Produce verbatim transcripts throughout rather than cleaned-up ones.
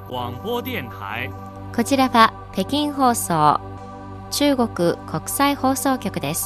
こちらは北京放送中国国際放送局です。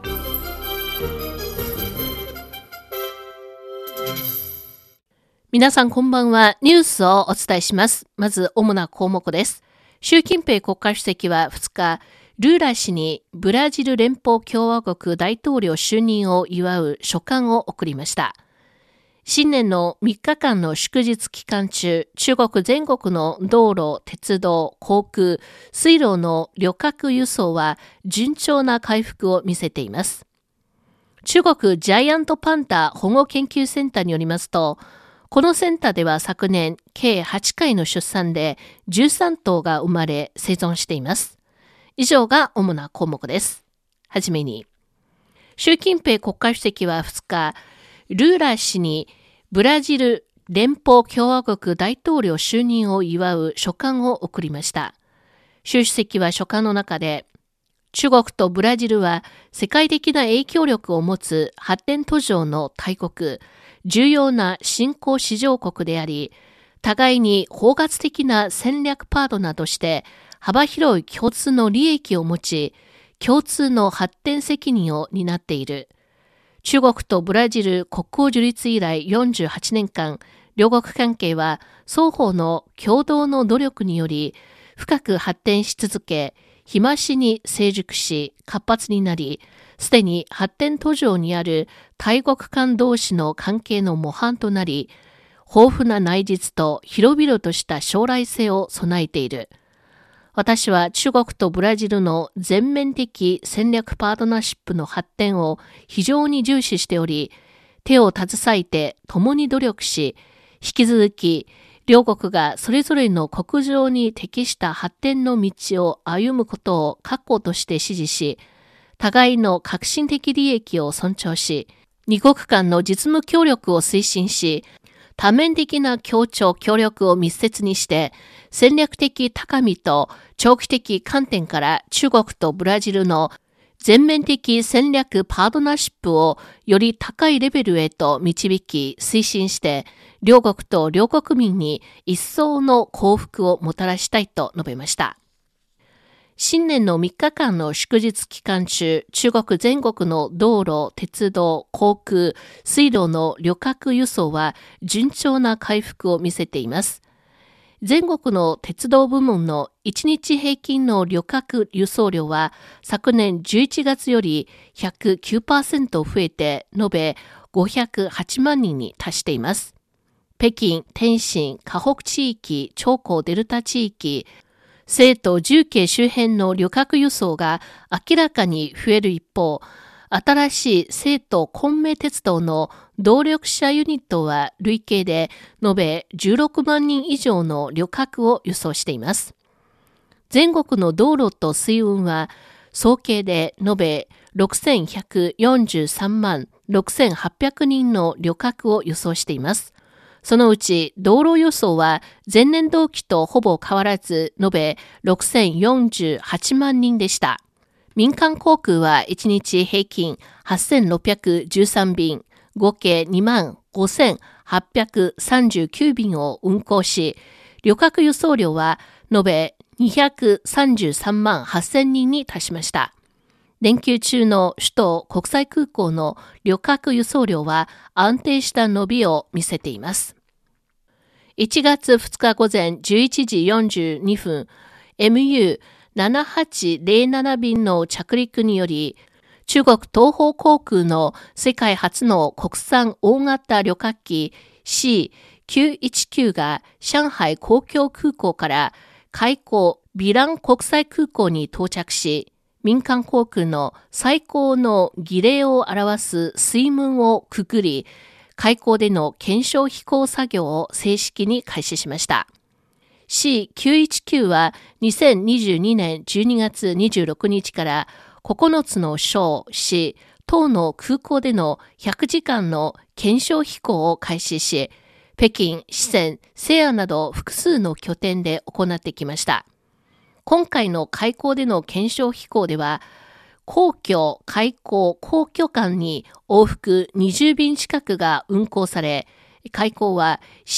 皆さんこんばんは。ニュースをお伝えします。まず主な項目です。習近平国家主席はふつか、ルーラ氏にブラジル連邦共和国大統領就任を祝う書簡を送りました。新年のみっかかんの祝日期間中、中国全国の道路、鉄道、航空、水路の旅客輸送は順調な回復を見せています。中国ジャイアントパンダ保護研究センターによりますと、このセンターでは昨年計はちかいの出産でじゅうさんとうが生まれ生存しています。以上が主な項目です。はじめに、習近平国家主席はふつか、ルーラ氏にブラジル連邦共和国大統領就任を祝う書簡を送りました。習主席は書簡の中で、中国とブラジルは世界的な影響力を持つ発展途上の大国、重要な新興市場国であり、互いに包括的な戦略パートナーとして幅広い共通の利益を持ち、共通の発展責任を担っている。中国とブラジル国交樹立以来よんじゅうはちねんかん、両国関係は双方の共同の努力により深く発展し続け、日増しに成熟し活発になり、すでに発展途上にある大国間同士の関係の模範となり、豊富な内実と広々とした将来性を備えている。私は中国とブラジルの全面的戦略パートナーシップの発展を非常に重視しており、手を携えて共に努力し、引き続き両国がそれぞれの国情に適した発展の道を歩むことを確固として支持し、互いの革新的利益を尊重し、二国間の実務協力を推進し、多面的な協調協力を密接にして、戦略的高みと長期的観点から中国とブラジルの全面的戦略パートナーシップをより高いレベルへと導き推進して、両国と両国民に一層の幸福をもたらしたいと述べました。新年のみっかかんの祝日期間中、中国全国の道路、鉄道、航空、水路の旅客輸送は順調な回復を見せています。全国の鉄道部門のいちにち平均の旅客輸送量は昨年じゅういちがつより ひゃくきゅうパーセント 増えて延べごひゃくはちまんにんに達しています。北京、天津、河北地域、長江デルタ地域、成都重慶周辺の旅客輸送が明らかに増える一方、新しい成都昆明鉄道の動力車ユニットは累計で延べじゅうろくまんにん以上の旅客を輸送しています。全国の道路と水運は総計で延べろくせんひゃくよんじゅうさんまんろくせんはっぴゃくにんの旅客を輸送しています。そのうち道路輸送は前年同期とほぼ変わらず延べろくせんよんじゅうはちまんにんでした。民間航空はいちにち平均はっせんろっぴゃくじゅうさんびん、合計にまんごせんはっぴゃくさんじゅうきゅうびんを運航し、旅客輸送量は延べにひゃくさんじゅうさんまんはっせんにんに達しました。連休中の首都国際空港の旅客輸送量は安定した伸びを見せています。いちがつふつか午前じゅういちじよんじゅうにふん、エムユーななはちぜろなな 便の着陸により、中国東方航空の世界初の国産大型旅客機 シーきゅういちきゅう が上海公共空港から開港美蘭国際空港に到着し、民間航空の最高の儀礼を表す水門をくぐり、開港での検証飛行作業を正式に開始しました。シーきゅういちきゅう はにせんにじゅうにねんじゅうにがつにじゅうろくにちからここのつの省、市、等の空港でのひゃくじかんの検証飛行を開始し、北京、四川、西安など複数の拠点で行ってきました。今回の開港での検証飛行では、皇居、開港、皇居間に往復にじゅうびん近くが運航され、開港は シー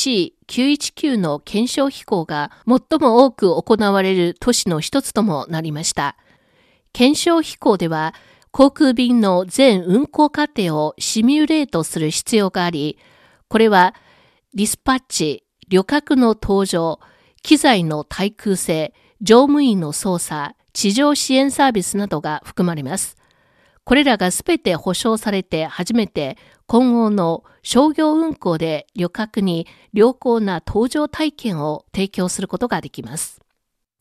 きゅういちきゅうの検証飛行が最も多く行われる都市の一つともなりました。検証飛行では、航空便の全運航過程をシミュレートする必要があり、これはディスパッチ、旅客の搭乗、機材の耐空性、乗務員の操作、地上支援サービスなどが含まれます。これらがすべて保証されて初めて今後の商業運航で旅客に良好な搭乗体験を提供することができます。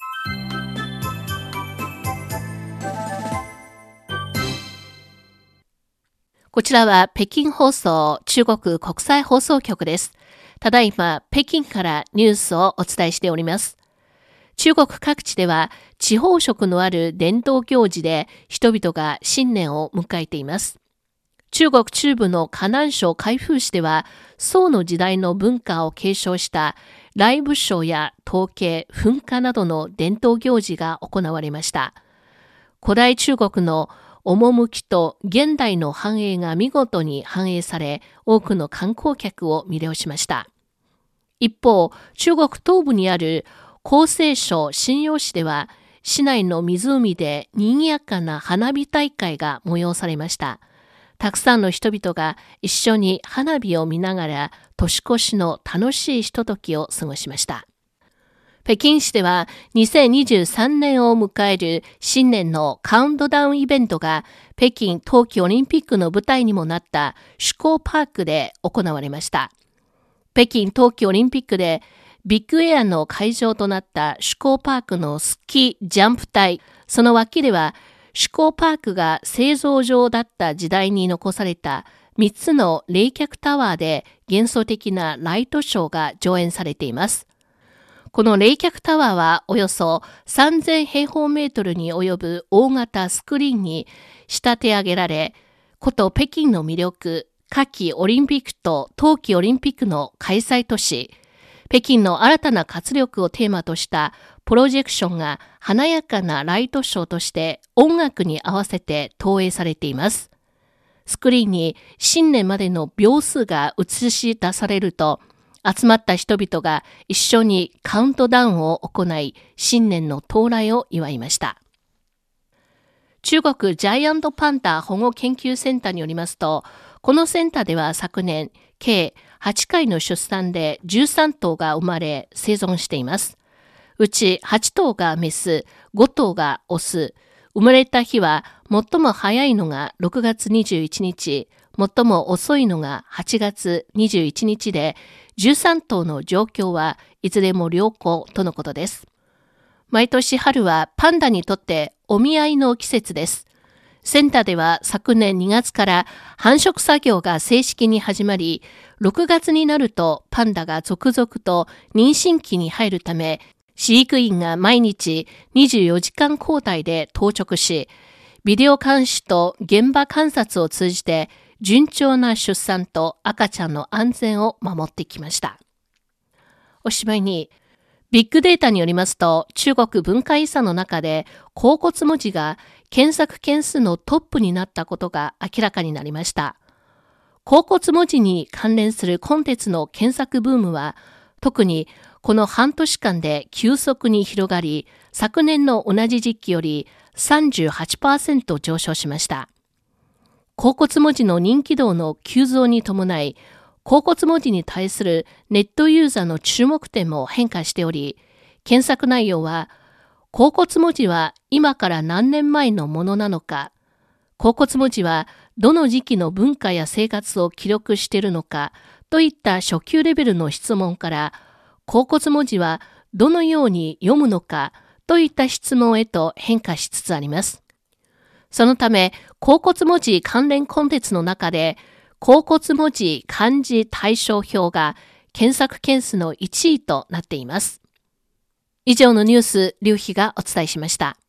こちらは北京放送中国国際放送局です。ただいま北京からニュースをお伝えしております。中国各地では地方色のある伝統行事で人々が新年を迎えています。中国中部の河南省開封市では宋の時代の文化を継承した来武ショーや統計、噴火などの伝統行事が行われました。古代中国の趣と現代の繁栄が見事に反映され、多くの観光客を魅了しました。一方、中国東部にある江西省瀋陽市では、市内の湖で賑やかな花火大会が催されました。たくさんの人々が一緒に花火を見ながら、年越しの楽しいひとときを過ごしました。北京市ではにせんにじゅうさんねんを迎える新年のカウントダウンイベントが北京冬季オリンピックの舞台にもなった首鋼パークで行われました。北京冬季オリンピックでビッグエアの会場となった首鋼パークのスキージャンプ台、その脇では首鋼パークが製造場だった時代に残されたみっつの冷却タワーで幻想的なライトショーが上演されています。この冷却タワーはおよそさんぜんへいほうメートルに及ぶ大型スクリーンに仕立て上げられ、古都北京の魅力、夏季オリンピックと冬季オリンピックの開催都市、北京の新たな活力をテーマとしたプロジェクションが華やかなライトショーとして音楽に合わせて投影されています。スクリーンに新年までの秒数が映し出されると、集まった人々が一緒にカウントダウンを行い、新年の到来を祝いました。中国ジャイアントパンダ保護研究センターによりますと、このセンターでは昨年、計はちかいの出産でじゅうさんとうが生まれ生存しています。うちはちとうがメス、ごとうがオス。生まれた日は最も早いのがろくがつにじゅういちにち、最も遅いのがはちがつにじゅういちにちで、じゅうさんとうの状況はいずれも良好とのことです。毎年春はパンダにとってお見合いの季節です。センターでは昨年にがつから繁殖作業が正式に始まり、ろくがつになるとパンダが続々と妊娠期に入るため、飼育員が毎日にじゅうよじかん交代で当直し、ビデオ監視と現場観察を通じて順調な出産と赤ちゃんの安全を守ってきました。おしまいに、ビッグデータによりますと、中国文化遺産の中で甲骨文字が検索件数のトップになったことが明らかになりました。甲骨文字に関連するコンテンツの検索ブームは、特にこの半年間で急速に広がり、昨年の同じ時期より さんじゅうはちパーセント 上昇しました。甲骨文字の人気度の急増に伴い、甲骨文字に対するネットユーザーの注目点も変化しており、検索内容は、甲骨文字は今から何年前のものなのか、甲骨文字はどの時期の文化や生活を記録しているのかといった初級レベルの質問から、甲骨文字はどのように読むのかといった質問へと変化しつつあります。そのため、甲骨文字関連コンテンツの中で、甲骨文字漢字対照表が検索件数のいちいとなっています。以上のニュース、劉妃がお伝えしました。